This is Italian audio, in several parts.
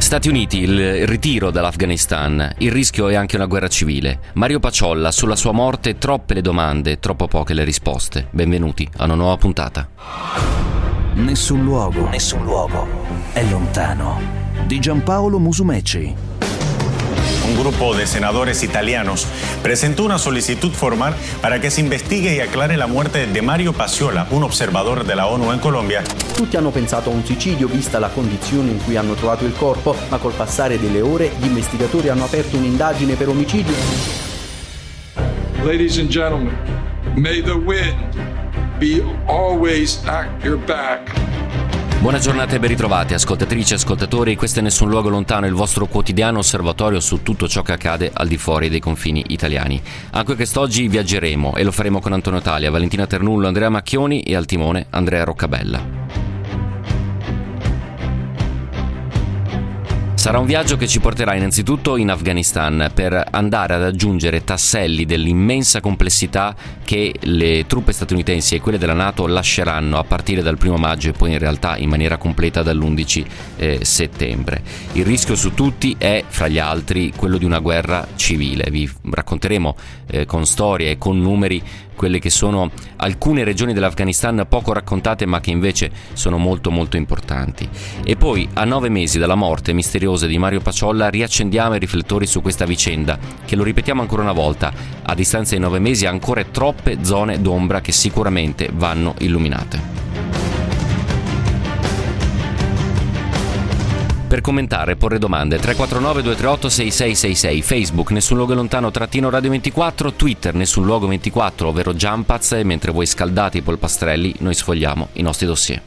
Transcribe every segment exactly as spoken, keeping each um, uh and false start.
Stati Uniti, il ritiro dall'Afghanistan, il rischio è anche una guerra civile. Mario Paciolla, sulla sua morte troppe le domande, troppo poche le risposte. Benvenuti a una nuova puntata. Nessun luogo, nessun luogo è lontano. Di Giampaolo Musumeci. Un grupo de senadores italianos presentó una solicitud formal para que se investigue y aclare la muerte de Mario Paciolla, un observador della ONU in Colombia. Tutti hanno pensato a un suicidio vista la condizione in cui hanno trovato il corpo, ma col passare delle ore gli investigatori hanno aperto un'indagine per omicidio. Ladies and gentlemen, may the wind be always at your back. Buona giornata e ben ritrovati ascoltatrici e ascoltatori, questo è Nessun Luogo Lontano, il vostro quotidiano osservatorio su tutto ciò che accade al di fuori dei confini italiani. Anche quest'oggi viaggeremo e lo faremo con Antonio Talia, Valentina Ternullo, Andrea Macchioni e al timone Andrea Roccabella. Sarà un viaggio che ci porterà innanzitutto in Afghanistan per andare ad aggiungere tasselli dell'immensa complessità che le truppe statunitensi e quelle della NATO lasceranno a partire dal primo maggio e poi in realtà in maniera completa dall'undici eh, settembre. Il rischio su tutti è, fra gli altri, quello di una guerra civile. Vi racconteremo eh, con storie e con numeri quelle che sono alcune regioni dell'Afghanistan poco raccontate ma che invece sono molto molto importanti. E poi, a nove mesi dalla morte misteriosa di Mario Paciolla, riaccendiamo i riflettori su questa vicenda che, lo ripetiamo ancora una volta, a distanza di nove mesi ha ancora troppe zone d'ombra che sicuramente vanno illuminate. Per commentare e porre domande tre quattro nove due tre otto sei sei sei sei, Facebook Nessun Luogo Lontano trattino Radio ventiquattro, Twitter Nessun Luogo ventiquattro ovvero Jumpaz, e mentre voi scaldate i polpastrelli noi sfogliamo i nostri dossier.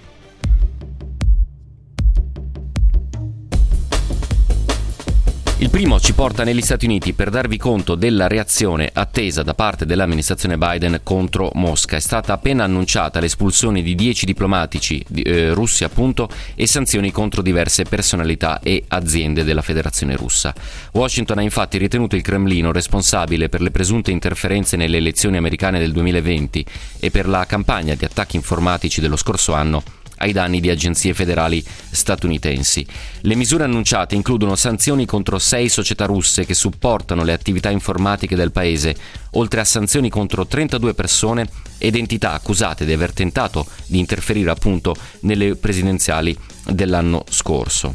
Il primo ci porta negli Stati Uniti per darvi conto della reazione attesa da parte dell'amministrazione Biden contro Mosca. È stata appena annunciata l'espulsione di dieci diplomatici eh, russi appunto e sanzioni contro diverse personalità e aziende della Federazione Russa. Washington ha infatti ritenuto il Cremlino responsabile per le presunte interferenze nelle elezioni americane del duemilaventi e per la campagna di attacchi informatici dello scorso anno ai danni di agenzie federali statunitensi. Le misure annunciate includono sanzioni contro sei società russe che supportano le attività informatiche del paese, oltre a sanzioni contro trentadue persone ed entità accusate di aver tentato di interferire appunto nelle presidenziali dell'anno scorso.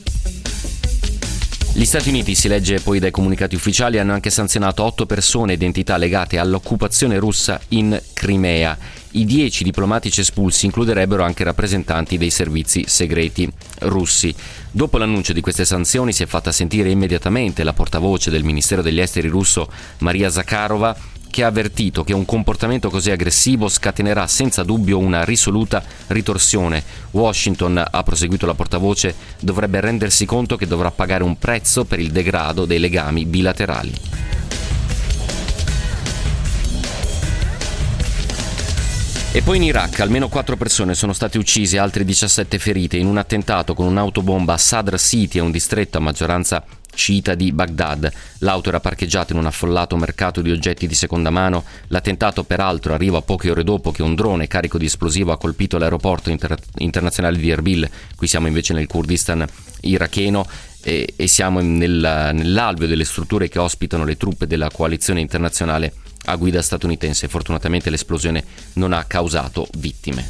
Gli Stati Uniti, si legge poi dai comunicati ufficiali, hanno anche sanzionato otto persone ed entità legate all'occupazione russa in Crimea. I dieci diplomatici espulsi includerebbero anche rappresentanti dei servizi segreti russi. Dopo l'annuncio di queste sanzioni si è fatta sentire immediatamente la portavoce del Ministero degli Esteri russo, Maria Zakharova, che ha avvertito che un comportamento così aggressivo scatenerà senza dubbio una risoluta ritorsione. Washington, ha proseguito la portavoce, dovrebbe rendersi conto che dovrà pagare un prezzo per il degrado dei legami bilaterali. E poi in Iraq almeno quattro persone sono state uccise e altre diciassette ferite in un attentato con un'autobomba a Sadr City, un distretto a maggioranza sciita di Baghdad. L'auto era parcheggiata in un affollato mercato di oggetti di seconda mano. L'attentato peraltro arriva poche ore dopo che un drone carico di esplosivo ha colpito l'aeroporto inter- internazionale di Erbil. Qui siamo invece nel Kurdistan iracheno e, e siamo nel, nell'alveo delle strutture che ospitano le truppe della coalizione internazionale a guida statunitense. Fortunatamente l'esplosione non ha causato vittime.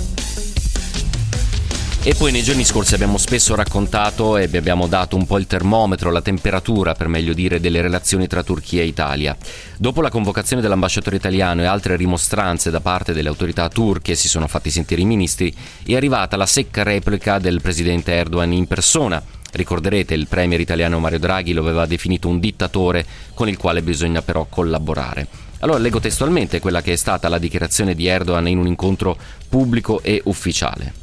E poi nei giorni scorsi abbiamo spesso raccontato e vi abbiamo dato un po' il termometro, la temperatura per meglio dire, delle relazioni tra Turchia e Italia. Dopo la convocazione dell'ambasciatore italiano e altre rimostranze da parte delle autorità turche, si sono fatti sentire i ministri, è arrivata la secca replica del presidente Erdogan in persona. Ricorderete, il premier italiano Mario Draghi lo aveva definito un dittatore con il quale bisogna però collaborare. Allora leggo testualmente quella che è stata la dichiarazione di Erdogan in un incontro pubblico e ufficiale.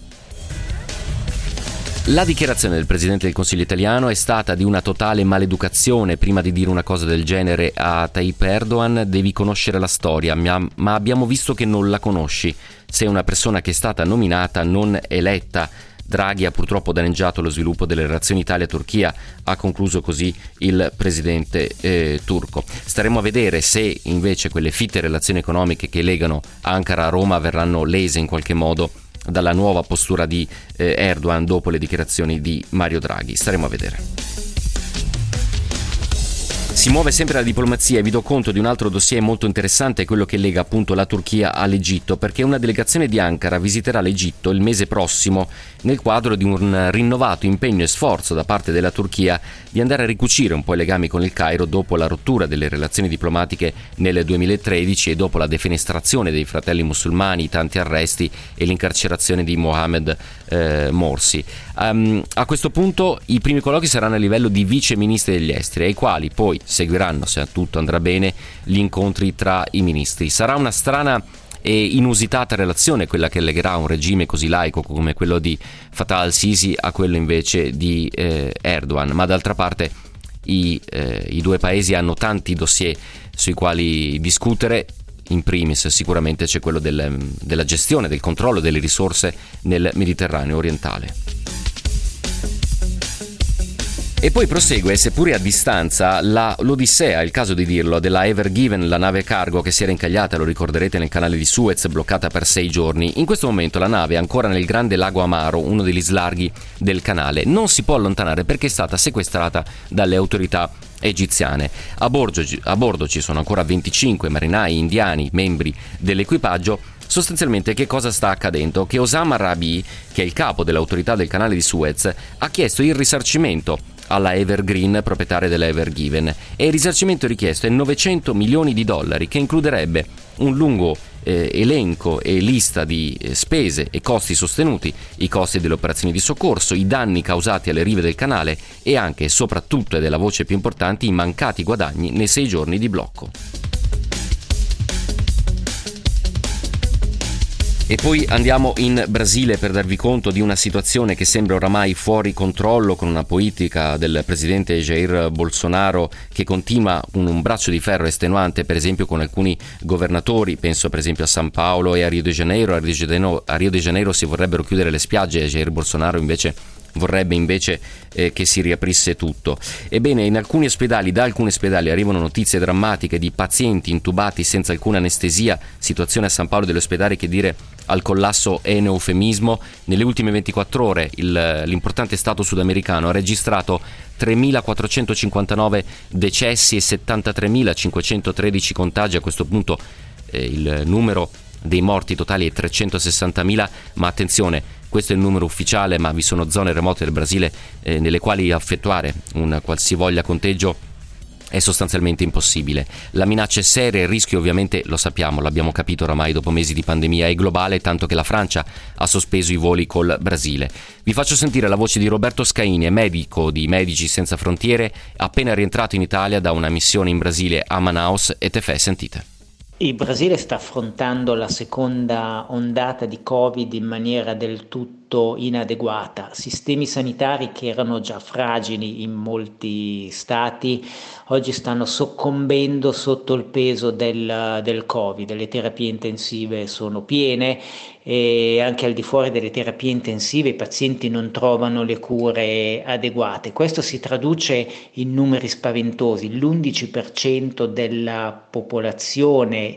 La dichiarazione del Presidente del Consiglio italiano è stata di una totale maleducazione. Prima di dire una cosa del genere a Tayyip Erdogan devi conoscere la storia, ma abbiamo visto che non la conosci. Sei una persona che è stata nominata, non eletta. Draghi ha purtroppo danneggiato lo sviluppo delle relazioni Italia-Turchia, ha concluso così il presidente eh, turco. Staremo a vedere se invece quelle fitte relazioni economiche che legano Ankara a Roma verranno lese in qualche modo dalla nuova postura di eh, Erdogan dopo le dichiarazioni di Mario Draghi. Staremo a vedere. Si muove sempre la diplomazia e vi do conto di un altro dossier molto interessante, quello che lega appunto la Turchia all'Egitto, perché una delegazione di Ankara visiterà l'Egitto il mese prossimo nel quadro di un rinnovato impegno e sforzo da parte della Turchia di andare a ricucire un po' i legami con il Cairo dopo la rottura delle relazioni diplomatiche nel duemilatredici e dopo la defenestrazione dei fratelli musulmani, i tanti arresti e l'incarcerazione di Mohamed eh, Morsi. Um, a questo punto i primi colloqui saranno a livello di vice ministri degli esteri, ai quali poi seguiranno, se tutto andrà bene, gli incontri tra i ministri. Sarà una strana e inusitata relazione quella che legherà un regime così laico come quello di Fattah al-Sisi a quello invece di eh, Erdogan, ma d'altra parte i, eh, i due paesi hanno tanti dossier sui quali discutere. In primis sicuramente c'è quello del, della gestione, del controllo delle risorse nel Mediterraneo orientale. E poi prosegue, seppure a distanza, la, l'odissea, è il caso di dirlo, della Ever Given, la nave cargo che si era incagliata, lo ricorderete, nel canale di Suez, bloccata per sei giorni. In questo momento la nave è ancora nel grande lago Amaro, uno degli slarghi del canale. Non si può allontanare perché è stata sequestrata dalle autorità egiziane. A bordo, a bordo ci sono ancora venticinque marinai indiani, membri dell'equipaggio. Sostanzialmente che cosa sta accadendo? Che Osama Rabi, che è il capo dell'autorità del canale di Suez, ha chiesto il risarcimento alla Evergreen, proprietaria della Ever Given, e il risarcimento richiesto è novecento milioni di dollari, che includerebbe un lungo eh, elenco e lista di eh, spese e costi sostenuti, i costi delle operazioni di soccorso, i danni causati alle rive del canale e anche e soprattutto, ed è la voce più importante, i mancati guadagni nei sei giorni di blocco. E poi andiamo in Brasile per darvi conto di una situazione che sembra oramai fuori controllo, con una politica del presidente Jair Bolsonaro che continua con un braccio di ferro estenuante, per esempio con alcuni governatori, penso per esempio a San Paolo e a Rio de Janeiro. A Rio de Janeiro, a Rio de Janeiro si vorrebbero chiudere le spiagge, e Jair Bolsonaro invece vorrebbe invece eh, che si riaprisse tutto. Ebbene, in alcuni ospedali, da alcuni ospedali arrivano notizie drammatiche di pazienti intubati senza alcuna anestesia, situazione a San Paolo degli ospedali che dire al collasso è un eufemismo. Nelle ultime ventiquattro ore il, l'importante stato sudamericano ha registrato tremilaquattrocentocinquantanove decessi e settantatremilacinquecentotredici contagi. A questo punto eh, il numero dei morti totali è trecentosessantamila, ma attenzione, questo è il numero ufficiale, ma vi sono zone remote del Brasile eh, nelle quali effettuare un qualsivoglia conteggio è sostanzialmente impossibile. La minaccia è seria, il rischio ovviamente lo sappiamo, l'abbiamo capito oramai dopo mesi di pandemia, è globale, tanto che la Francia ha sospeso i voli col Brasile. Vi faccio sentire la voce di Roberto Scaini, medico di Medici Senza Frontiere, appena rientrato in Italia da una missione in Brasile a Manaus, e te fe, sentite. Il Brasile sta affrontando la seconda ondata di Covid in maniera del tutto inadeguata. Sistemi sanitari che erano già fragili in molti stati oggi stanno soccombendo sotto il peso del, del Covid. Le terapie intensive sono piene e anche al di fuori delle terapie intensive i pazienti non trovano le cure adeguate. Questo si traduce in numeri spaventosi. L'undici per cento della popolazione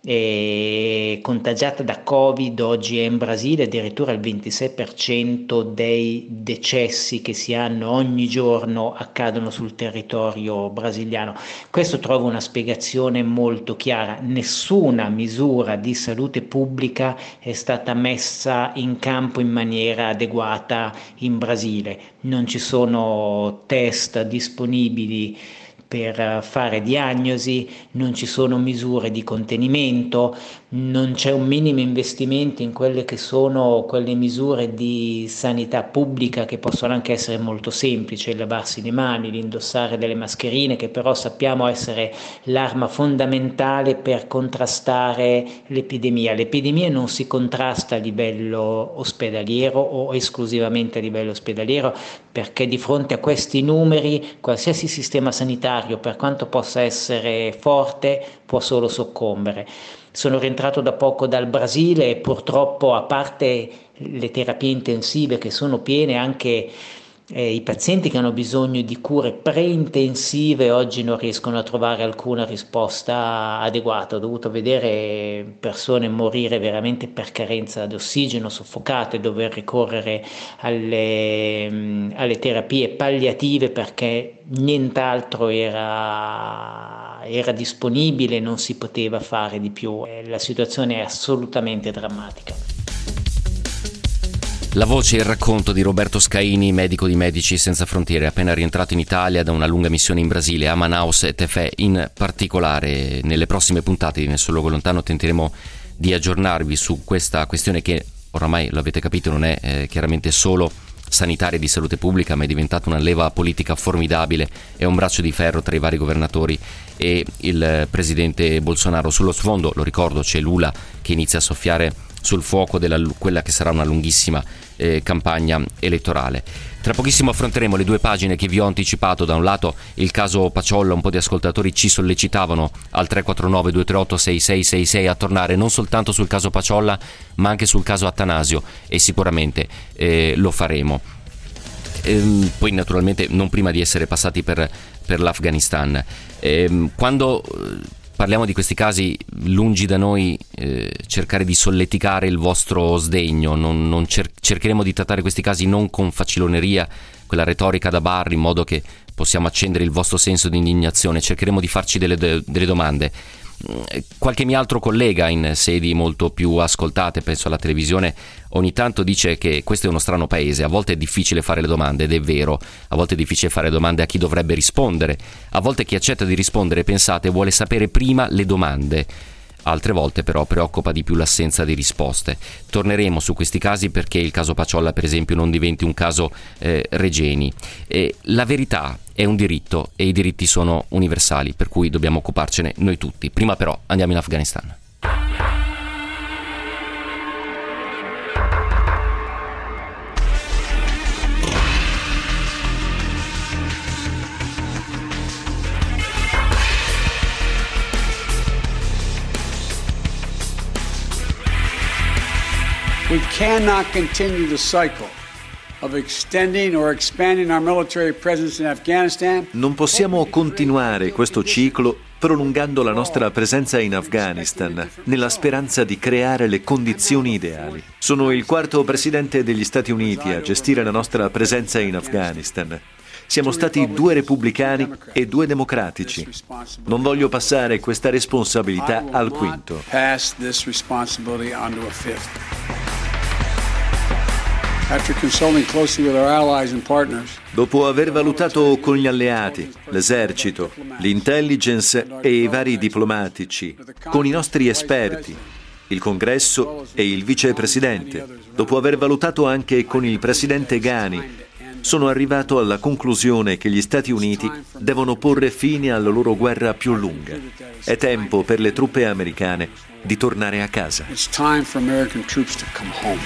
eh, contagiata da Covid oggi è in Brasile, addirittura il ventisei per cento dei decessi che si hanno ogni giorno accadono sul territorio brasiliano. Questo trova una spiegazione molto chiara: nessuna misura di salute pubblica è stata messa in campo in maniera adeguata in Brasile. Non ci sono test disponibili per fare diagnosi, non ci sono misure di contenimento, non c'è un minimo investimento in quelle che sono quelle misure di sanità pubblica che possono anche essere molto semplici: il lavarsi le mani, l'indossare delle mascherine, che però sappiamo essere l'arma fondamentale per contrastare l'epidemia. L'epidemia non si contrasta a livello ospedaliero o esclusivamente a livello ospedaliero, perché di fronte a questi numeri qualsiasi sistema sanitario, per quanto possa essere forte, può solo soccombere. Sono rientrato da poco dal Brasile e purtroppo, a parte le terapie intensive che sono piene, anche Eh, I pazienti che hanno bisogno di cure pre-intensive oggi non riescono a trovare alcuna risposta adeguata. Ho dovuto vedere persone morire veramente per carenza di ossigeno, soffocate, dover ricorrere alle, alle terapie palliative perché nient'altro era, era disponibile, non si poteva fare di più. Eh, la situazione è assolutamente drammatica. La voce e il racconto di Roberto Scaini, medico di Medici Senza Frontiere, appena rientrato in Italia da una lunga missione in Brasile, a Manaus e Tefé in particolare. Nelle prossime puntate di Nessun Luogo Lontano tenteremo di aggiornarvi su questa questione che oramai, lo avete capito, non è eh, chiaramente solo sanitaria di salute pubblica, ma è diventata una leva politica formidabile, è un braccio di ferro tra i vari governatori e il presidente Bolsonaro. Sullo sfondo, lo ricordo, c'è Lula che inizia a soffiare sul fuoco della quella che sarà una lunghissima eh, campagna elettorale. Tra pochissimo affronteremo le due pagine che vi ho anticipato. Da un lato il caso Paciolla, un po' di ascoltatori ci sollecitavano al tre quattro nove due tre otto sei sei sei sei a tornare non soltanto sul caso Paciolla ma anche sul caso Attanasio, e sicuramente eh, lo faremo. Ehm, poi naturalmente non prima di essere passati per, per l'Afghanistan. Ehm, quando parliamo di questi casi, lungi da noi eh, cercare di solleticare il vostro sdegno, non, non cer- cercheremo di trattare questi casi non con faciloneria, quella retorica da bar, in modo che possiamo accendere il vostro senso di indignazione, cercheremo di farci delle, de- delle domande. Qualche mio altro collega in sedi molto più ascoltate, penso alla televisione, ogni tanto dice che questo è uno strano paese, a volte è difficile fare le domande, ed è vero, a volte è difficile fare domande a chi dovrebbe rispondere, a volte chi accetta di rispondere, pensate, vuole sapere prima le domande, altre volte però preoccupa di più l'assenza di risposte. Torneremo su questi casi perché il caso Paciolla, per esempio, non diventi un caso eh, Regeni. E la verità è un diritto e i diritti sono universali, per cui dobbiamo occuparcene noi tutti. Prima però andiamo in Afghanistan. We cannot continue the cycle of extending or expanding our military presence in Afghanistan. Non possiamo continuare questo ciclo prolungando la nostra presenza in Afghanistan nella speranza di creare le condizioni ideali. Sono il quarto presidente degli Stati Uniti a gestire la nostra presenza in Afghanistan. Siamo stati due repubblicani e due democratici. Non voglio passare questa responsabilità al quinto. Dopo aver valutato con gli alleati, l'esercito, l'intelligence e i vari diplomatici, con i nostri esperti, il Congresso e il vicepresidente, dopo aver valutato anche con il presidente Ghani, sono arrivato alla conclusione che gli Stati Uniti devono porre fine alla loro guerra più lunga. È tempo per le truppe americane di tornare a casa. It's time for American troops to come home.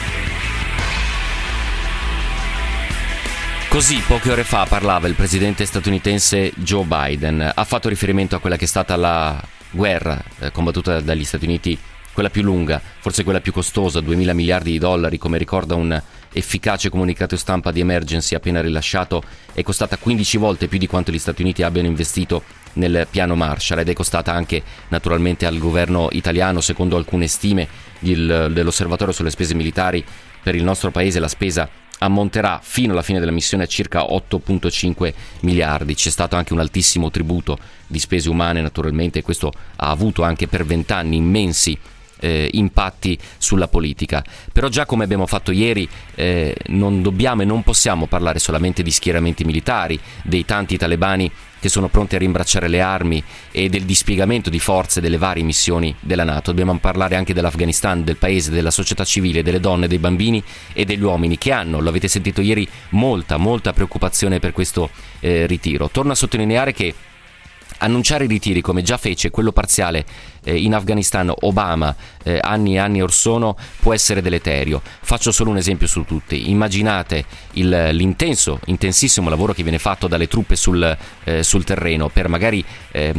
Così poche ore fa parlava il presidente statunitense Joe Biden. Ha fatto riferimento a quella che è stata la guerra eh, combattuta dagli Stati Uniti, quella più lunga, forse quella più costosa, duemila miliardi di dollari, come ricorda un efficace comunicato stampa di Emergency appena rilasciato. È costata quindici volte più di quanto gli Stati Uniti abbiano investito nel piano Marshall, ed è costata anche naturalmente al governo italiano. Secondo alcune stime del, dell'Osservatorio sulle spese militari, per il nostro paese la spesa ammonterà fino alla fine della missione a circa otto virgola cinque miliardi. C'è stato anche un altissimo tributo di spese umane, naturalmente, e questo ha avuto anche per vent'anni immensi eh, impatti sulla politica. Però già, come abbiamo fatto ieri, eh, non dobbiamo e non possiamo parlare solamente di schieramenti militari, dei tanti talebani che sono pronti a rimbracciare le armi e del dispiegamento di forze delle varie missioni della NATO. Dobbiamo parlare anche dell'Afghanistan, del paese, della società civile, delle donne, dei bambini e degli uomini che hanno, lo avete sentito ieri, molta, molta preoccupazione per questo eh, ritiro. Torno a sottolineare che annunciare i ritiri, come già fece quello parziale eh, in Afghanistan Obama eh, anni e anni or sono, può essere deleterio. Faccio solo un esempio su tutti. Immaginate il, l'intenso, intensissimo lavoro che viene fatto dalle truppe sul, eh, sul terreno per magari ehm,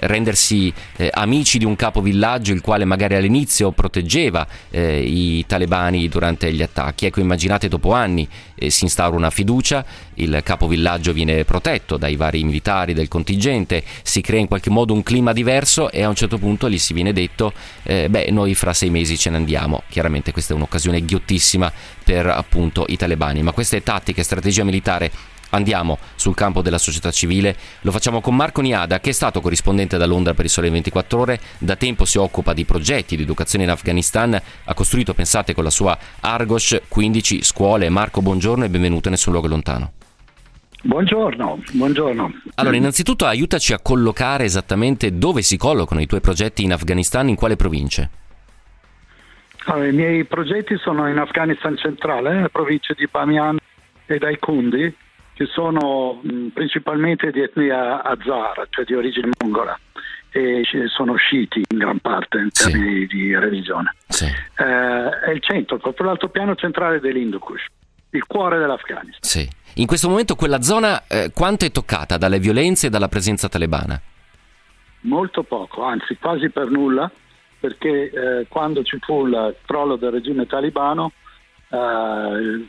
rendersi eh, amici di un capovillaggio il quale magari all'inizio proteggeva eh, i talebani durante gli attacchi. Ecco, immaginate, dopo anni eh, si instaura una fiducia, il capovillaggio viene protetto dai vari militari del contingente, si crea in qualche modo un clima diverso e a un certo punto gli si viene detto eh, beh, noi fra sei mesi ce ne andiamo. Chiaramente questa è un'occasione ghiottissima per appunto i talebani, ma queste tattiche e strategia militare. Andiamo sul campo della società civile, lo facciamo con Marco Niada, che è stato corrispondente da Londra per il Sole ventiquattro Ore, da tempo si occupa di progetti di educazione in Afghanistan, ha costruito, pensate, con la sua Argos quindici scuole. Marco, buongiorno e benvenuto in Nessun Luogo Lontano. Buongiorno, buongiorno. Allora, innanzitutto aiutaci a collocare esattamente dove si collocano i tuoi progetti in Afghanistan, in quale province? Allora, i miei progetti sono in Afghanistan centrale, nelle province di Bamiyan e Daikundi, che sono mh, principalmente di etnia Hazara, cioè di origine mongola, e sono sciiti in gran parte in sì. termini di religione. Sì. Eh, è il centro, proprio l'altopiano centrale dell'Hindu Kush, il cuore dell'Afghanistan. Sì. In questo momento quella zona eh, quanto è toccata dalle violenze e dalla presenza talebana? Molto poco, anzi quasi per nulla, perché eh, quando ci fu il crollo del regime talibano eh,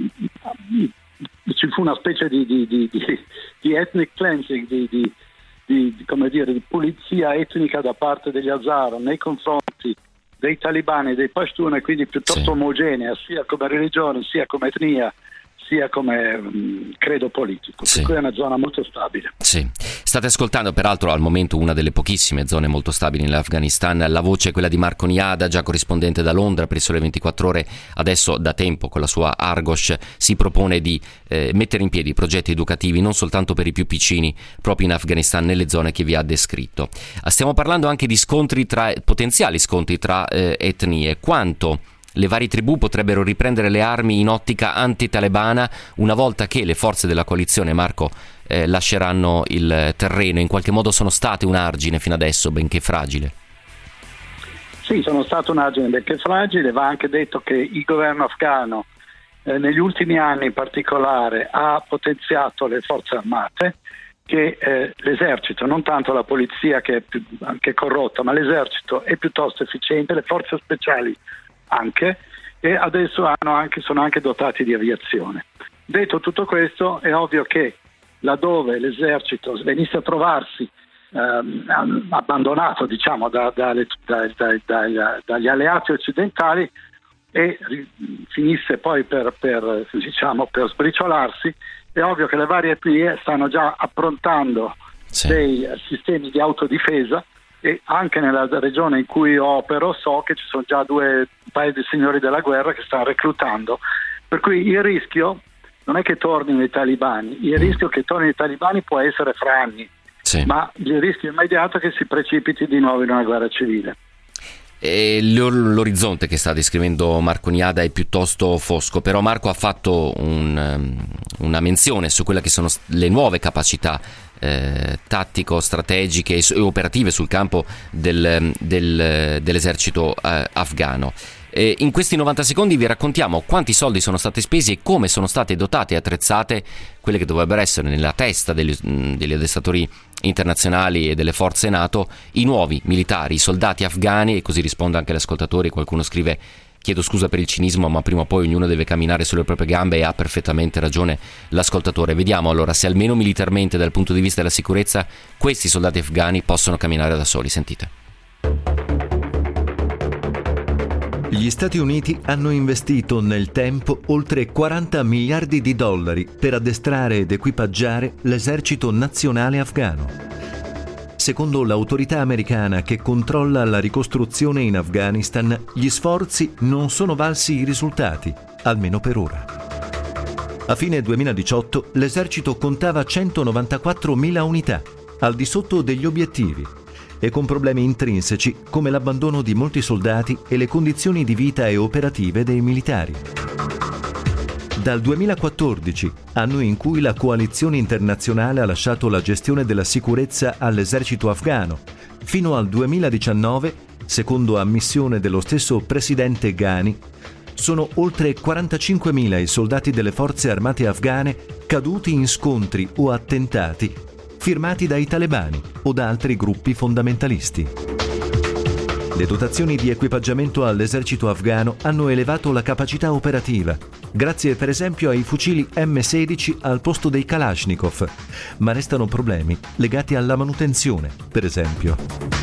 ci fu una specie di, di, di, di, di ethnic cleansing, di, di, di, come dire, di pulizia etnica da parte degli Hazara nei confronti dei talibani e dei Pashtun, e quindi piuttosto sì. omogenea sia come religione, sia come etnia, sia come mh, credo politico, sì. per cui è una zona molto stabile. Sì. State ascoltando peraltro al momento una delle pochissime zone molto stabili nell'Afghanistan. La voce è quella di Marco Niada, già corrispondente da Londra per il Sole ventiquattro Ore. Adesso da tempo con la sua Argos si propone di eh, mettere in piedi progetti educativi non soltanto per i più piccini proprio in Afghanistan, nelle zone che vi ha descritto. Stiamo parlando anche di scontri tra potenziali scontri tra eh, etnie. Quanto le varie tribù potrebbero riprendere le armi in ottica anti-talebana una volta che le forze della coalizione, Marco, eh, lasceranno il terreno? In qualche modo sono state un argine fino adesso, benché fragile. Sì, sono state un argine benché fragile. Va anche detto che il governo afghano eh, negli ultimi anni in particolare ha potenziato le forze armate, che eh, l'esercito, non tanto la polizia che è più, anche corrotta, ma l'esercito è piuttosto efficiente, le forze speciali anche, e adesso hanno anche, sono anche dotati di aviazione. Detto tutto questo, è ovvio che laddove l'esercito venisse a trovarsi ehm, abbandonato, diciamo, da, da, da, da, da, dagli alleati occidentali e ri, finisse poi per, per, diciamo, per sbriciolarsi, è ovvio che le varie etnie stanno già approntando sì. dei sistemi di autodifesa. E anche nella regione in cui opero so che ci sono già due paesi di signori della guerra che stanno reclutando, per cui il rischio non è che tornino i talibani, il rischio che tornino i talibani può essere fra anni, sì. ma il rischio immediato è che si precipiti di nuovo in una guerra civile. E l'orizzonte che sta descrivendo Marco Niada è piuttosto fosco, però Marco ha fatto un, una menzione su quelle che sono le nuove capacità eh, tattico-strategiche e operative sul campo del, del, dell'esercito eh, afghano. E in questi novanta secondi vi raccontiamo quanti soldi sono stati spesi e come sono state dotate e attrezzate quelle che dovrebbero essere nella testa degli, degli addestratori internazionali e delle forze NATO i nuovi militari, i soldati afghani. E così risponde anche l'ascoltatore. Qualcuno scrive: chiedo scusa per il cinismo, ma prima o poi ognuno deve camminare sulle proprie gambe, e ha perfettamente ragione l'ascoltatore. Vediamo allora se almeno militarmente, dal punto di vista della sicurezza, questi soldati afghani possono camminare da soli. Sentite. Gli Stati Uniti hanno investito nel tempo oltre quaranta miliardi di dollari per addestrare ed equipaggiare l'esercito nazionale afghano. Secondo l'autorità americana che controlla la ricostruzione in Afghanistan, gli sforzi non sono valsi i risultati, almeno per ora. A fine duemiladiciotto l'esercito contava centonovantaquattromila unità, al di sotto degli obiettivi, e con problemi intrinseci come l'abbandono di molti soldati e le condizioni di vita e operative dei militari. Dal duemilaquattordici, anno in cui la coalizione internazionale ha lasciato la gestione della sicurezza all'esercito afghano, fino al duemiladiciannove, secondo ammissione dello stesso presidente Ghani, sono oltre quarantacinquemila i soldati delle forze armate afghane caduti in scontri o attentati firmati dai talebani o da altri gruppi fondamentalisti. Le dotazioni di equipaggiamento all'esercito afghano hanno elevato la capacità operativa, grazie per esempio ai fucili emme sedici al posto dei Kalashnikov, ma restano problemi legati alla manutenzione, per esempio.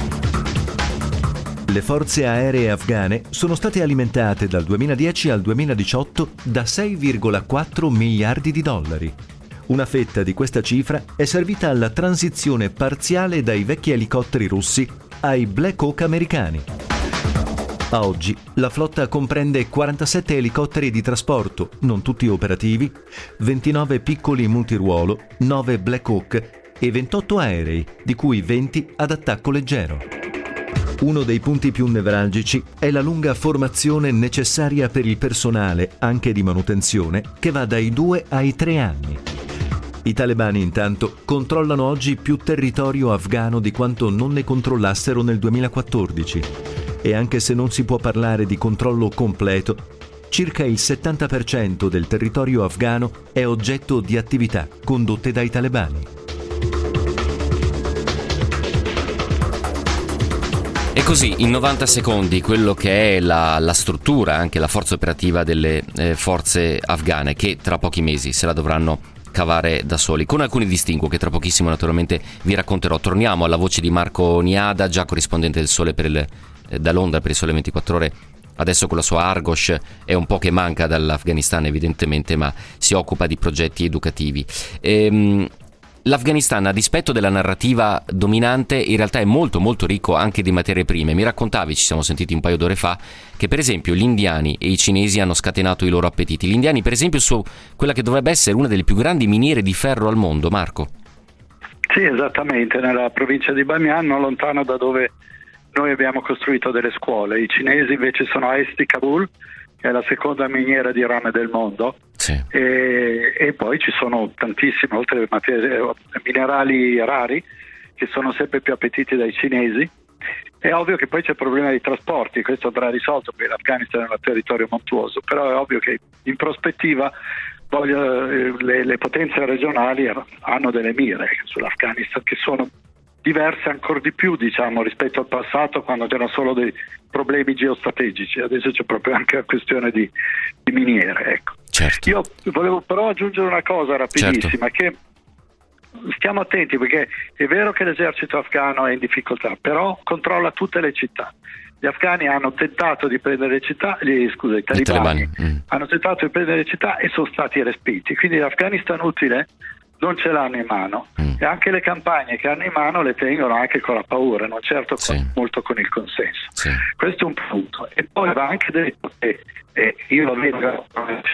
Le forze aeree afghane sono state alimentate dal duemiladieci al duemiladiciotto da sei virgola quattro miliardi di dollari. Una fetta di questa cifra è servita alla transizione parziale dai vecchi elicotteri russi ai Black Hawk americani. A oggi la flotta comprende quarantasette elicotteri di trasporto, non tutti operativi, ventinove piccoli multiruolo, nove Black Hawk e ventotto aerei, di cui venti ad attacco leggero. Uno dei punti più nevralgici è la lunga formazione necessaria per il personale, anche di manutenzione, che va dai due ai tre anni. I talebani intanto controllano oggi più territorio afghano di quanto non ne controllassero nel duemilaquattordici e anche se non si può parlare di controllo completo, circa il settanta per cento del territorio afghano è oggetto di attività condotte dai talebani. E così in novanta secondi quello che è la, la struttura, anche la forza operativa delle eh, forze afghane, che tra pochi mesi se la dovranno cavare da soli, con alcuni distinguo che tra pochissimo naturalmente vi racconterò. Torniamo alla voce di Marco Niada, già corrispondente del Sole per il, eh, da Londra per il Sole ventiquattro Ore, adesso con la sua Argos è un po' che manca dall'Afghanistan evidentemente, ma si occupa di progetti educativi. Ehm, L'Afghanistan, a dispetto della narrativa dominante, in realtà è molto molto ricco anche di materie prime. Mi raccontavi, ci siamo sentiti un paio d'ore fa, che per esempio gli indiani e i cinesi hanno scatenato i loro appetiti. Gli indiani per esempio su quella che dovrebbe essere una delle più grandi miniere di ferro al mondo, Marco. Sì, esattamente, nella provincia di Bamiyan, non lontano da dove noi abbiamo costruito delle scuole. I cinesi invece sono a est di Kabul, che è la seconda miniera di rame del mondo. Sì. E, e poi ci sono tantissime, oltre materie, minerali rari che sono sempre più appetiti dai cinesi. È ovvio che poi c'è il problema dei trasporti, questo andrà risolto perché l'Afghanistan è un territorio montuoso, però è ovvio che in prospettiva voglio, le, le potenze regionali hanno delle mire sull'Afghanistan che sono diverse ancora di più, diciamo, rispetto al passato, quando c'erano solo dei problemi geostrategici. Adesso c'è proprio anche la questione di, di miniere, ecco. Certo. Io volevo però aggiungere una cosa rapidissima, certo. Che stiamo attenti, perché è vero che l'esercito afghano è in difficoltà, però controlla tutte le città. Gli afghani hanno tentato di prendere le città, gli, scusa, i talebani, talebani. Mm. hanno tentato di prendere le città e sono stati respinti. Quindi l'Afghanistan utile non ce l'hanno in mano, mm. e anche le campagne che hanno in mano le tengono anche con la paura, non certo con, sì. molto con il consenso. Sì. Questo è un punto. E poi va anche detto che eh, io lo vedo come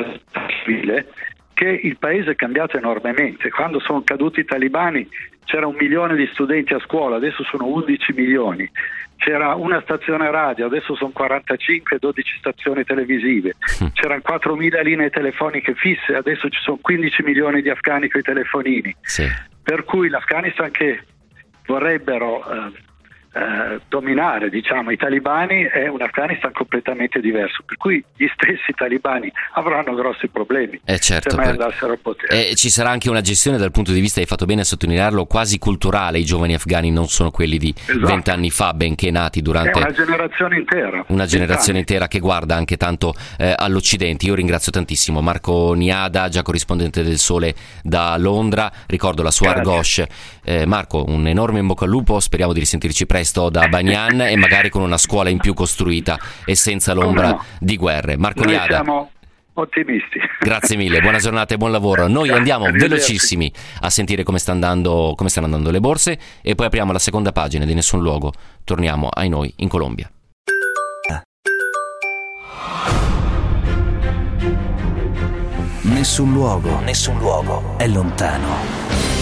civile, che il paese è cambiato enormemente. Quando sono caduti i talebani c'era un milione di studenti a scuola, adesso sono undici milioni. C'era una stazione radio, adesso sono quarantacinque, dodici stazioni televisive. C'erano quattromila linee telefoniche fisse, adesso ci sono quindici milioni di afghani con i telefonini. Sì. Per cui l'Afghanistan che vorrebbero eh, eh, dominare, diciamo, i talebani è un Afghanistan completamente diverso, per cui gli stessi talebani avranno grossi problemi eh certo, se mai andassero al potere. E ci sarà anche una gestione dal punto di vista, hai fatto bene a sottolinearlo, quasi culturale. I giovani afghani non sono quelli di vent'anni esatto. fa, benché nati durante... È una generazione intera. Una generazione intera che guarda anche tanto eh, all'Occidente. Io ringrazio tantissimo Marco Niada, già corrispondente del Sole da Londra. Ricordo la sua Argos. Eh, Marco, un enorme in bocca al lupo, speriamo di risentirci presto da Bamiyan e magari con una scuola in più costruita e senza l'ombra no. di guerre. Marco Noi Niada, siamo ottimisti. Grazie mille, buona giornata e buon lavoro. Noi andiamo velocissimi a sentire come sta andando, come stanno andando le borse e poi apriamo la seconda pagina di Nessun Luogo. Torniamo ai noi in Colombia. Nessun luogo, nessun luogo è lontano.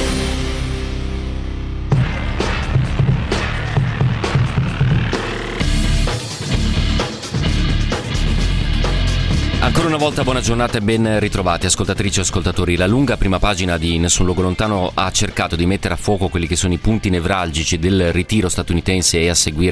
Ancora una volta buona giornata e ben ritrovati ascoltatrici e ascoltatori. La lunga prima pagina di Nessun Luogo Lontano ha cercato di mettere a fuoco quelli che sono i punti nevralgici del ritiro statunitense e a seguire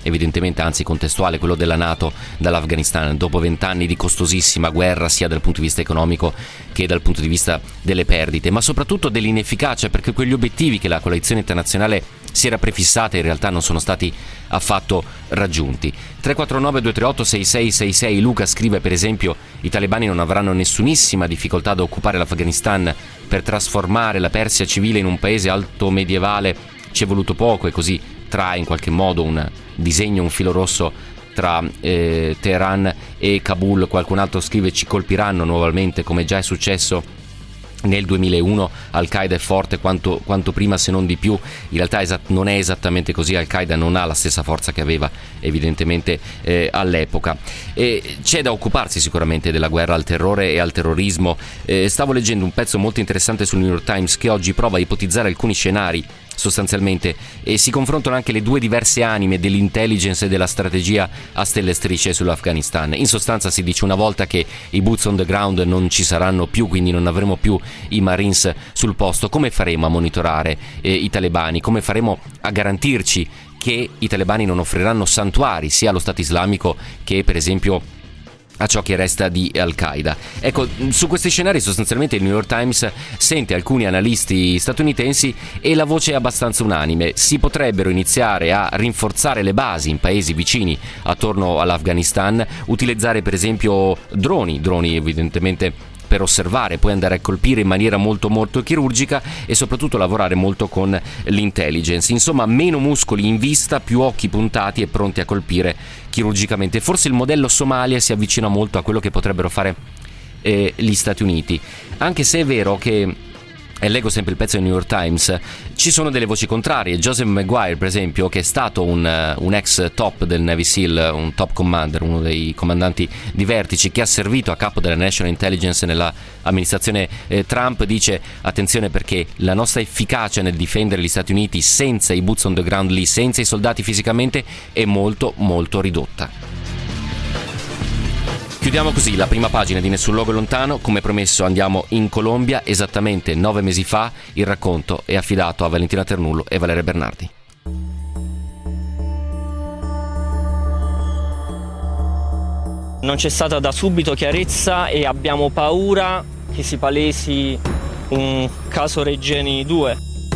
evidentemente, anzi contestuale, quello della NATO dall'Afghanistan, dopo vent'anni di costosissima guerra sia dal punto di vista economico che dal punto di vista delle perdite, ma soprattutto dell'inefficacia, perché quegli obiettivi che la coalizione internazionale si era prefissata in realtà non sono stati affatto raggiunti. tre quattro nove due tre otto sei sei sei sei. Luca scrive, per esempio: i talebani non avranno nessunissima difficoltà ad occupare l'Afghanistan per trasformare la Persia civile in un paese alto medievale, ci è voluto poco, e così trae in qualche modo un disegno, un filo rosso tra eh, Teheran e Kabul. Qualcun altro scrive: ci colpiranno nuovamente come già è successo nel duemilauno, Al-Qaeda è forte quanto, quanto prima, se non di più. In realtà esat- non è esattamente così, Al-Qaeda non ha la stessa forza che aveva evidentemente eh, all'epoca. E c'è da occuparsi sicuramente della guerra al terrore e al terrorismo. Eh, stavo leggendo un pezzo molto interessante sul New York Times che oggi prova a ipotizzare alcuni scenari sostanzialmente, e si confrontano anche le due diverse anime dell'intelligence e della strategia a stelle e strisce sull'Afghanistan. In sostanza si dice una volta che i boots on the ground non ci saranno più, quindi non avremo più i Marines sul posto, come faremo a monitorare eh, i talebani? Come faremo a garantirci che i talebani non offriranno santuari sia allo Stato islamico che per esempio a ciò che resta di Al-Qaeda? Ecco, su questi scenari sostanzialmente il New York Times sente alcuni analisti statunitensi e la voce è abbastanza unanime. Si potrebbero iniziare a rinforzare le basi in paesi vicini attorno all'Afghanistan, utilizzare per esempio droni, droni evidentemente per osservare, poi andare a colpire in maniera molto molto chirurgica, e soprattutto lavorare molto con l'intelligence. Insomma, meno muscoli in vista, più occhi puntati e pronti a colpire chirurgicamente. Forse il modello Somalia si avvicina molto a quello che potrebbero fare eh, gli Stati Uniti, anche se è vero che, e leggo sempre il pezzo del New York Times, ci sono delle voci contrarie. Joseph Maguire, per esempio, che è stato un, un ex top del Navy SEAL, un top commander, uno dei comandanti di vertici, che ha servito a capo della National Intelligence nella amministrazione eh, Trump, dice: attenzione, perché la nostra efficacia nel difendere gli Stati Uniti senza i boots on the ground lì, senza i soldati fisicamente, è molto molto ridotta. Chiudiamo così la prima pagina di Nessun Luogo Lontano. Come promesso andiamo in Colombia. Esattamente nove mesi fa il racconto è affidato a Valentina Ternullo e Valeria Bernardi. Non c'è stata da subito chiarezza e abbiamo paura che si palesi un caso Regeni due.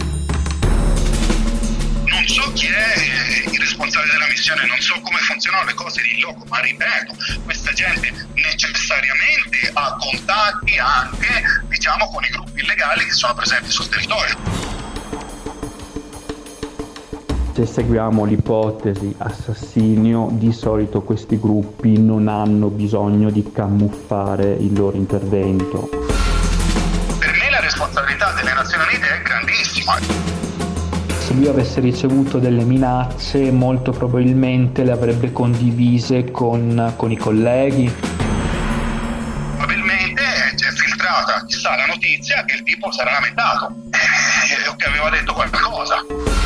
Non so chi è il responsabile della missione, non so come funzionano le cose in loco, ma ripeto, questa gente necessariamente ha contatti anche, diciamo, con i gruppi illegali che sono presenti sul territorio. Se seguiamo l'ipotesi assassinio, di solito questi gruppi non hanno bisogno di camuffare il loro intervento. Per me la responsabilità delle Nazioni Unite è grandissima. Se lui avesse ricevuto delle minacce, molto probabilmente le avrebbe condivise con, con i colleghi. Probabilmente c'è filtrata, chissà, la notizia che il tipo sarà lamentato, eh, che aveva detto qualcosa.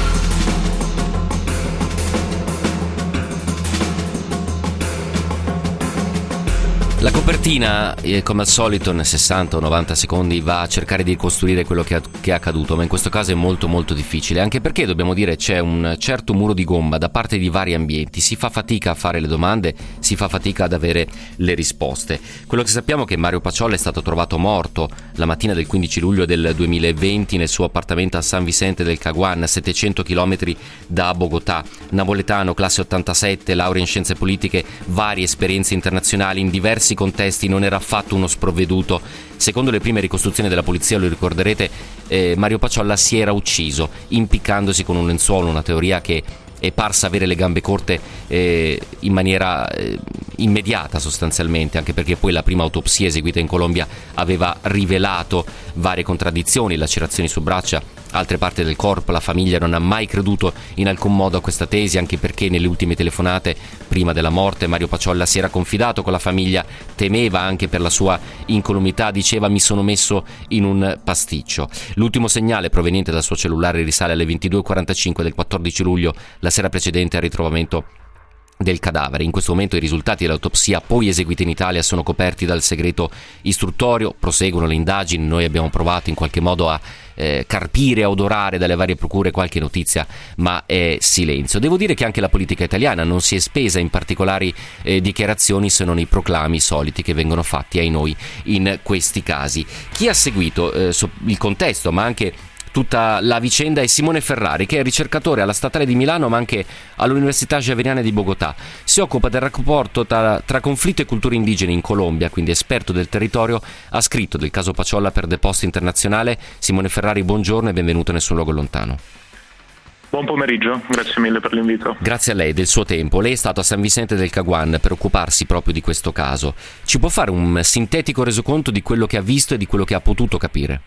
La copertina, eh, come al solito, in sessanta o novanta secondi va a cercare di ricostruire quello che, che è accaduto, ma in questo caso è molto molto difficile, anche perché, dobbiamo dire, c'è un certo muro di gomma da parte di vari ambienti. Si fa fatica a fare le domande, si fa fatica ad avere le risposte. Quello che sappiamo è che Mario Paciolla è stato trovato morto la mattina del quindici luglio del duemilaventi nel suo appartamento a San Vicente del Caguán, a settecento chilometri da Bogotà. Napoletano, classe ottantasette, laurea in scienze politiche, varie esperienze internazionali in diversi contesti, non era affatto uno sprovveduto. Secondo le prime ricostruzioni della polizia, lo ricorderete, eh, Mario Paciolla si era ucciso impiccandosi con un lenzuolo, una teoria che è parsa avere le gambe corte eh, in maniera eh, immediata sostanzialmente, anche perché poi la prima autopsia eseguita in Colombia aveva rivelato varie contraddizioni, lacerazioni su braccia, altre parti del corpo. La famiglia non ha mai creduto in alcun modo a questa tesi, anche perché nelle ultime telefonate prima della morte Mario Paciolla si era confidato con la famiglia, temeva anche per la sua incolumità, diceva: mi sono messo in un pasticcio. L'ultimo segnale proveniente dal suo cellulare risale alle ventidue e quarantacinque del quattordici luglio, la sera precedente al ritrovamento del cadavere. In questo momento i risultati dell'autopsia poi eseguita in Italia sono coperti dal segreto istruttorio, proseguono le indagini, noi abbiamo provato in qualche modo a eh, carpire, a odorare dalle varie procure qualche notizia, ma è silenzio. Devo dire che anche la politica italiana non si è spesa in particolari eh, dichiarazioni, se non i proclami soliti che vengono fatti ai noi in questi casi. Chi ha seguito eh, so, il contesto, ma anche tutta la vicenda, è Simone Ferrari, che è ricercatore alla Statale di Milano ma anche all'Università Javeriana di Bogotà. Si occupa del rapporto tra, tra conflitto e culture indigene in Colombia, quindi esperto del territorio, ha scritto del caso Paciolla per The Post Internazionale. Simone Ferrari, buongiorno e benvenuto a Nessun Luogo Lontano. Buon pomeriggio, grazie mille per l'invito. Grazie a lei del suo tempo. Lei è stato a San Vicente del Caguán per occuparsi proprio di questo caso. Ci può fare un sintetico resoconto di quello che ha visto e di quello che ha potuto capire?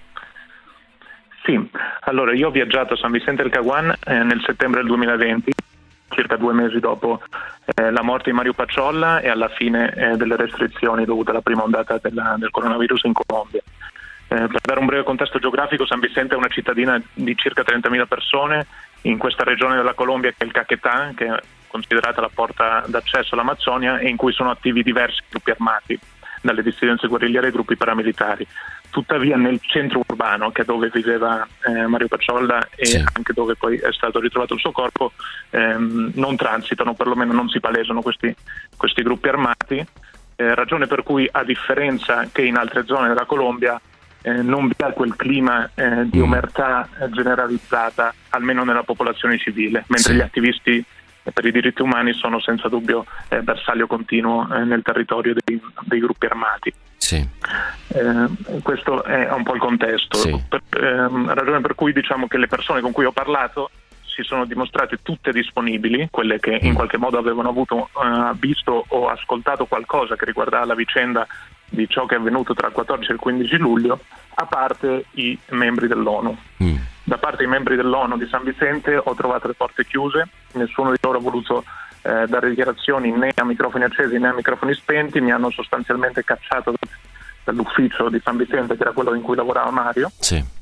Sì, allora io ho viaggiato a San Vicente del Caguán eh, nel settembre del duemilaventi, circa due mesi dopo eh, la morte di Mario Paciolla e alla fine eh, delle restrizioni dovute alla prima ondata della, del coronavirus in Colombia. Eh, per dare un breve contesto geografico, San Vicente è una cittadina di circa trentamila persone in questa regione della Colombia che è il Caquetá, che è considerata la porta d'accesso all'Amazzonia, e in cui sono attivi diversi gruppi armati, dalle dissidenze guerrigliere ai gruppi paramilitari. Tuttavia nel centro urbano, che è dove viveva eh, Mario Paciolla e sì. anche dove poi è stato ritrovato il suo corpo, ehm, non transitano, perlomeno non si palesano questi, questi gruppi armati, eh, ragione per cui, a differenza che in altre zone della Colombia, eh, non vi è quel clima eh, di omertà eh, generalizzata, almeno nella popolazione civile, mentre sì. gli attivisti per i diritti umani sono senza dubbio eh, bersaglio continuo eh, nel territorio dei, dei gruppi armati. Sì. Eh, questo è un po' il contesto, sì. per, eh, ragione per cui diciamo che le persone con cui ho parlato si sono dimostrate tutte disponibili, quelle che in qualche modo avevano avuto eh, visto o ascoltato qualcosa che riguardava la vicenda di ciò che è avvenuto tra il quattordici e il quindici luglio, a parte i membri dell'ONU. Mm. Da parte dei membri dell'ONU di San Vicente ho trovato le porte chiuse, nessuno di loro ha voluto eh, dare dichiarazioni né a microfoni accesi né a microfoni spenti, mi hanno sostanzialmente cacciato dall'ufficio di San Vicente, che era quello in cui lavorava Mario. Sì.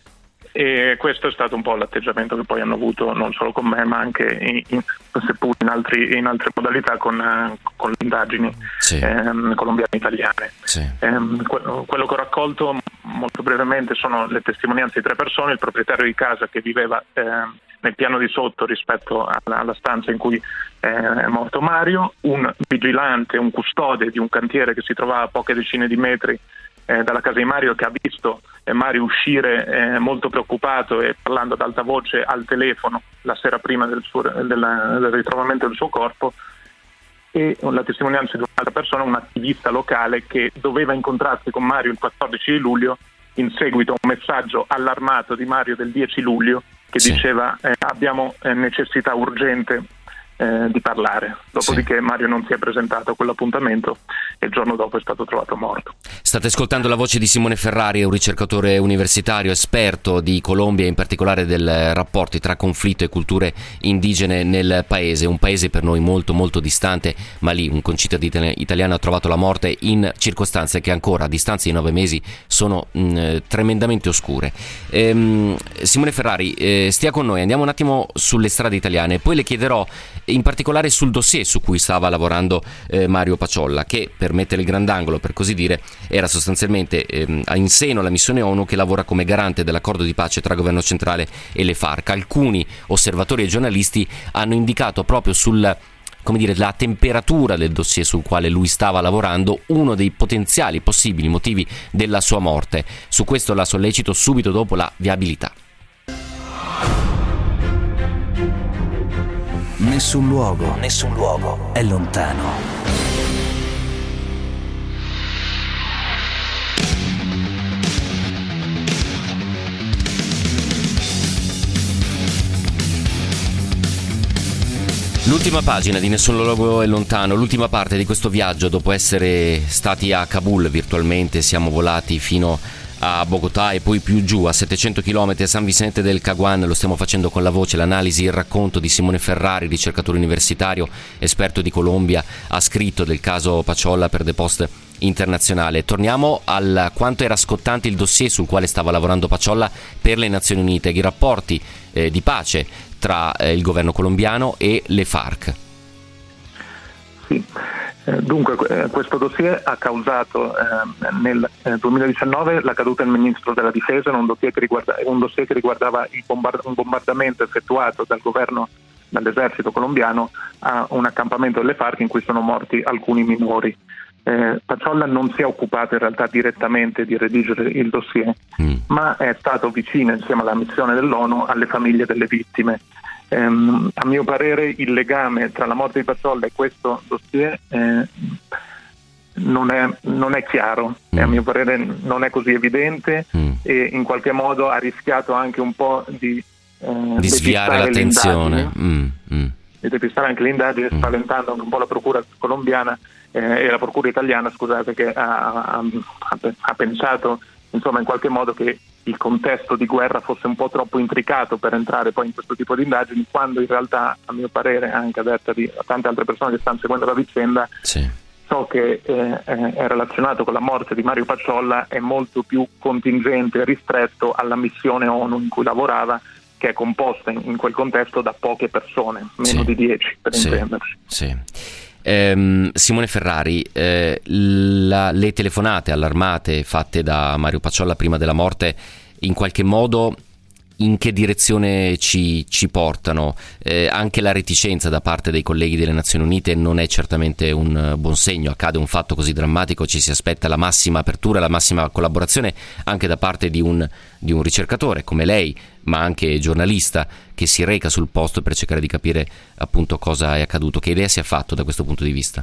E questo è stato un po' l'atteggiamento che poi hanno avuto non solo con me, ma anche in, in, seppur in, altri, in altre modalità con, uh, con le indagini sì. ehm, colombiane e italiane. Sì. Ehm, que- quello che ho raccolto molto brevemente sono le testimonianze di tre persone: il proprietario di casa che viveva eh, nel piano di sotto rispetto alla, alla stanza in cui eh, è morto Mario, un vigilante, un custode di un cantiere che si trovava a poche decine di metri Eh, dalla casa di Mario, che ha visto eh, Mario uscire eh, molto preoccupato e parlando ad alta voce al telefono la sera prima del, suo, della, del ritrovamento del suo corpo, e la testimonianza di un'altra persona, un attivista locale che doveva incontrarsi con Mario il quattordici luglio in seguito a un messaggio allarmato di Mario del dieci luglio che sì. diceva eh, abbiamo eh, necessità urgente Eh, di parlare. Dopodiché sì. Mario non si è presentato a quell'appuntamento e il giorno dopo è stato trovato morto. State ascoltando la voce di Simone Ferrari, un ricercatore universitario esperto di Colombia, in particolare del rapporti tra conflitto e culture indigene nel paese, un paese per noi molto molto distante, ma lì un concittadino italiano ha trovato la morte in circostanze che ancora a distanza di nove mesi sono mh, tremendamente oscure. Ehm, Simone Ferrari, eh, stia con noi, andiamo un attimo sulle strade italiane, poi le chiederò in particolare sul dossier su cui stava lavorando eh, Mario Paciolla, che, per mettere il grandangolo per così dire, era sostanzialmente ehm, in seno alla missione ONU che lavora come garante dell'accordo di pace tra governo centrale e le FARC. Alcuni osservatori e giornalisti hanno indicato proprio sul come dire, la temperatura del dossier sul quale lui stava lavorando uno dei potenziali possibili motivi della sua morte. Su questo la sollecito subito dopo la viabilità. Nessun luogo, nessun luogo è lontano. L'ultima pagina di Nessun luogo è lontano, l'ultima parte di questo viaggio. Dopo essere stati a Kabul virtualmente, siamo volati fino a Bogotà e poi più giù a settecento chilometri a San Vicente del Caguán. Lo stiamo facendo con la voce, l'analisi, il racconto di Simone Ferrari, ricercatore universitario, esperto di Colombia, ha scritto del caso Paciolla per The Post Internazionale. Torniamo al quanto era scottante il dossier sul quale stava lavorando Paciolla per le Nazioni Unite, i rapporti eh, di pace tra eh, il governo colombiano e le FARC. Sì. Eh, dunque eh, questo dossier ha causato eh, nel eh, duemiladiciannove la caduta del ministro della difesa in un dossier che, riguarda, un dossier che riguardava il bombard- un bombardamento effettuato dal governo, dall'esercito colombiano a un accampamento delle FARC in cui sono morti alcuni minori. Eh, Paciolla non si è occupato in realtà direttamente di redigere il dossier, mm. ma è stato vicino insieme alla missione dell'ONU alle famiglie delle vittime. Um, a mio parere il legame tra la morte di Paciolla e questo dossier eh, non, è, non è chiaro, mm. e a mio parere non è così evidente, mm. e in qualche modo ha rischiato anche un po' di, eh, di sviare l'attenzione, mm. Mm. di depistare anche le indagini, mm. spaventando anche un po' la procura colombiana eh, e la procura italiana, scusate, che ha, ha, ha pensato insomma in qualche modo che il contesto di guerra fosse un po' troppo intricato per entrare poi in questo tipo di indagini, quando in realtà, a mio parere, anche a detta di tante altre persone che stanno seguendo la vicenda, sì. ciò che eh, è relazionato con la morte di Mario Paciolla è molto più contingente e ristretto alla missione ONU in cui lavorava, che è composta in, in quel contesto da poche persone, meno sì. di dieci per sì. intenderci. Sì. Eh, Simone Ferrari, eh, la, le telefonate allarmate fatte da Mario Paciolla prima della morte, in qualche modo in che direzione ci, ci portano? Eh, anche la reticenza da parte dei colleghi delle Nazioni Unite non è certamente un buon segno. Accade un fatto così drammatico, ci si aspetta la massima apertura, la massima collaborazione anche da parte di un, di un ricercatore come lei, ma anche giornalista, che si reca sul posto per cercare di capire appunto cosa è accaduto. Che idea si è fatto da questo punto di vista?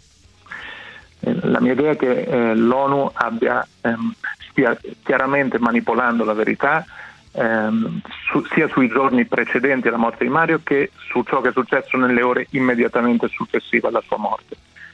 La mia idea è che eh, l'ONU abbia ehm, stia chiaramente manipolando la verità, ehm, su, sia sui giorni precedenti alla morte di Mario che su ciò che è successo nelle ore immediatamente successive alla sua morte.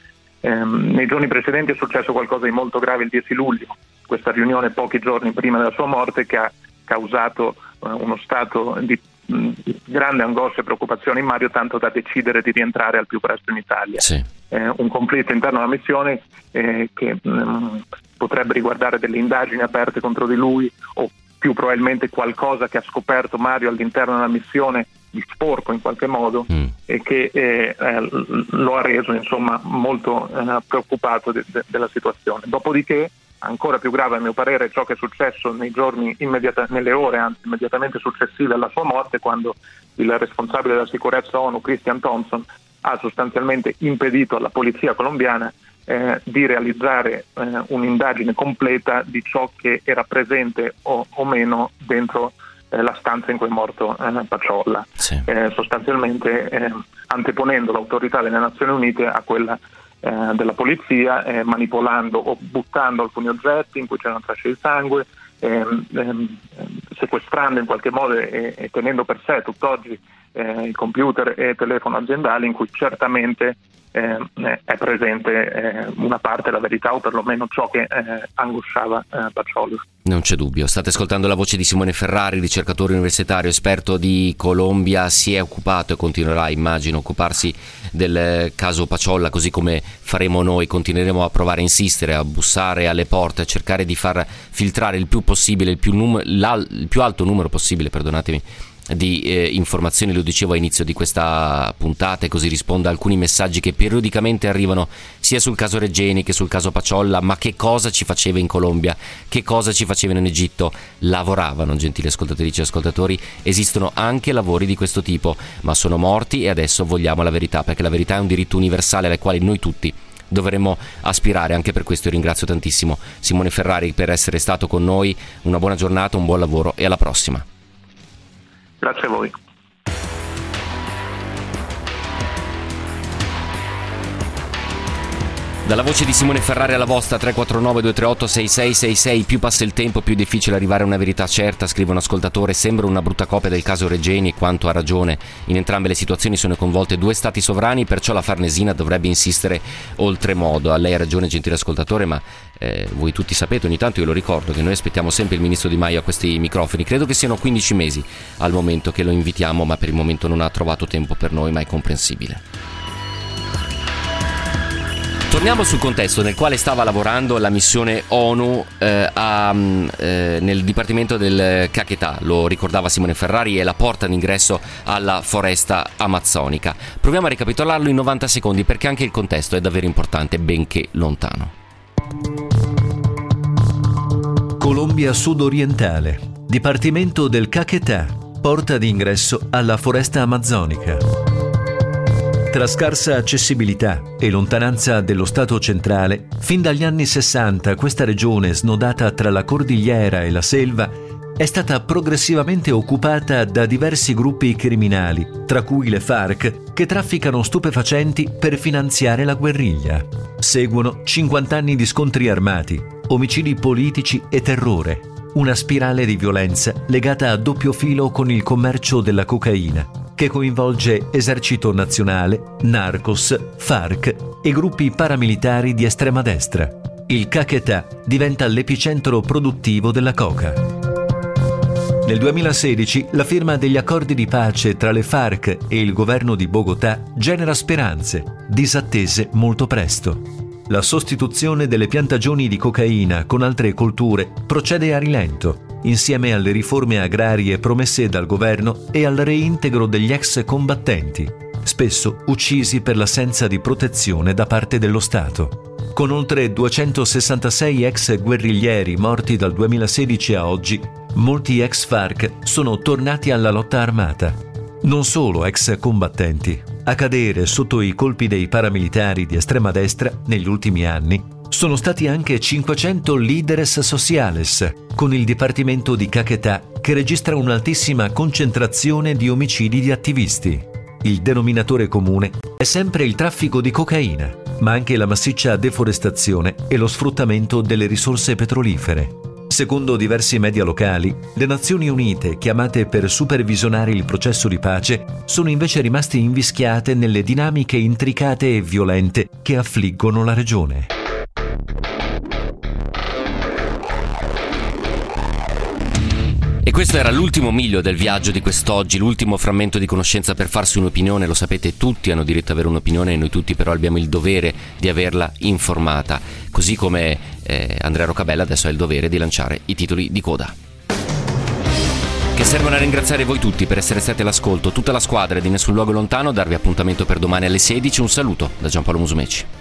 Ehm, nei giorni precedenti è successo qualcosa di molto grave il dieci luglio, questa riunione pochi giorni prima della sua morte che ha causato eh, uno stato di di grande angoscia e preoccupazione in Mario, tanto da decidere di rientrare al più presto in Italia. Sì. Eh, un conflitto interno alla missione eh, che mh, potrebbe riguardare delle indagini aperte contro di lui, o più probabilmente qualcosa che ha scoperto Mario all'interno della missione di sporco in qualche modo, mm. e che eh, eh, lo ha reso insomma molto eh, preoccupato de- de- della situazione. Dopodiché, ancora più grave a mio parere, ciò che è successo nei giorni immediata, nelle ore anzi immediatamente successive alla sua morte, quando il responsabile della sicurezza ONU, Christian Thompson, ha sostanzialmente impedito alla polizia colombiana eh, di realizzare eh, un'indagine completa di ciò che era presente o, o meno dentro eh, la stanza in cui è morto eh, Paciolla, sì. eh, sostanzialmente eh, anteponendo l'autorità delle Nazioni Unite a quella Eh, della polizia, eh, manipolando o buttando alcuni oggetti in cui c'erano tracce di sangue, ehm, ehm, sequestrando in qualche modo e, e tenendo per sé tutt'oggi eh, il computer e telefono aziendale in cui certamente eh, è presente eh, una parte della verità, o perlomeno ciò che eh, angosciava eh, Paciolla. Non c'è dubbio. State ascoltando la voce di Simone Ferrari, ricercatore universitario, esperto di Colombia. Si è occupato e continuerà, immagino, a occuparsi del caso Paciolla, così come faremo noi. Continueremo a provare a insistere, a bussare alle porte, a cercare di far filtrare il più possibile, il più, num- il più alto numero possibile, perdonatemi, di eh, informazioni. Lo dicevo a inizio di questa puntata, e così rispondo a alcuni messaggi che periodicamente arrivano sia sul caso Regeni che sul caso Paciolla. Ma che cosa ci faceva in Colombia? Che cosa ci facevano in Egitto? Lavoravano, gentili ascoltatrici e ascoltatori. Esistono anche lavori di questo tipo, ma sono morti e adesso vogliamo la verità, perché la verità è un diritto universale al quale noi tutti dovremmo aspirare. Anche per questo io ringrazio tantissimo Simone Ferrari per essere stato con noi. Una buona giornata, un buon lavoro e alla prossima. Grazie a voi. Dalla voce di Simone Ferrari alla vostra, tre quattro nove due tre otto sei sei sei sei. Più passa il tempo, più è difficile arrivare a una verità certa, scrive un ascoltatore. Sembra una brutta copia del caso Regeni, quanto ha ragione. In entrambe le situazioni sono coinvolte due stati sovrani, perciò la Farnesina dovrebbe insistere oltremodo. A lei ha ragione, gentile ascoltatore, ma eh, voi tutti sapete, ogni tanto io lo ricordo, che noi aspettiamo sempre il ministro Di Maio a questi microfoni. Credo che siano quindici mesi al momento che lo invitiamo, ma per il momento non ha trovato tempo per noi, ma è comprensibile. Torniamo sul contesto nel quale stava lavorando la missione ONU eh, a, eh, nel Dipartimento del Caquetá, lo ricordava Simone Ferrari, è la porta d'ingresso alla foresta amazzonica. Proviamo a ricapitolarlo in novanta secondi perché anche il contesto è davvero importante, benché lontano. Colombia sudorientale, Dipartimento del Caquetá, porta d'ingresso alla foresta amazzonica. Tra scarsa accessibilità e lontananza dello Stato centrale, fin dagli anni sessanta questa regione snodata tra la cordigliera e la selva è stata progressivamente occupata da diversi gruppi criminali, tra cui le FARC, che trafficano stupefacenti per finanziare la guerriglia. Seguono cinquanta anni di scontri armati, omicidi politici e terrore, una spirale di violenza legata a doppio filo con il commercio della cocaina, che coinvolge Esercito Nazionale, Narcos, FARC e gruppi paramilitari di estrema destra. Il Caquetá diventa l'epicentro produttivo della coca. Nel duemilasedici la firma degli accordi di pace tra le FARC e il governo di Bogotà genera speranze, disattese molto presto. La sostituzione delle piantagioni di cocaina con altre colture procede a rilento, insieme alle riforme agrarie promesse dal governo e al reintegro degli ex combattenti, spesso uccisi per l'assenza di protezione da parte dello Stato. Con oltre duecentosessantasei ex guerriglieri morti dal duemilasedici a oggi, molti ex FARC sono tornati alla lotta armata. Non solo ex combattenti. A cadere sotto i colpi dei paramilitari di estrema destra negli ultimi anni sono stati anche cinquecento líderes sociales, con il Dipartimento di Caquetá che registra un'altissima concentrazione di omicidi di attivisti. Il denominatore comune è sempre il traffico di cocaina, ma anche la massiccia deforestazione e lo sfruttamento delle risorse petrolifere. Secondo diversi media locali, le Nazioni Unite, chiamate per supervisionare il processo di pace, sono invece rimaste invischiate nelle dinamiche intricate e violente che affliggono la regione. E questo era l'ultimo miglio del viaggio di quest'oggi, l'ultimo frammento di conoscenza per farsi un'opinione. Lo sapete, tutti hanno diritto ad avere un'opinione e noi tutti però abbiamo il dovere di averla informata. Così come eh, Andrea Roccabella adesso ha il dovere di lanciare i titoli di coda, che servono a ringraziare voi tutti per essere stati all'ascolto. Tutta la squadra di Nessun Luogo Lontano, darvi appuntamento per domani alle sedici. Un saluto da Giampaolo Musumeci.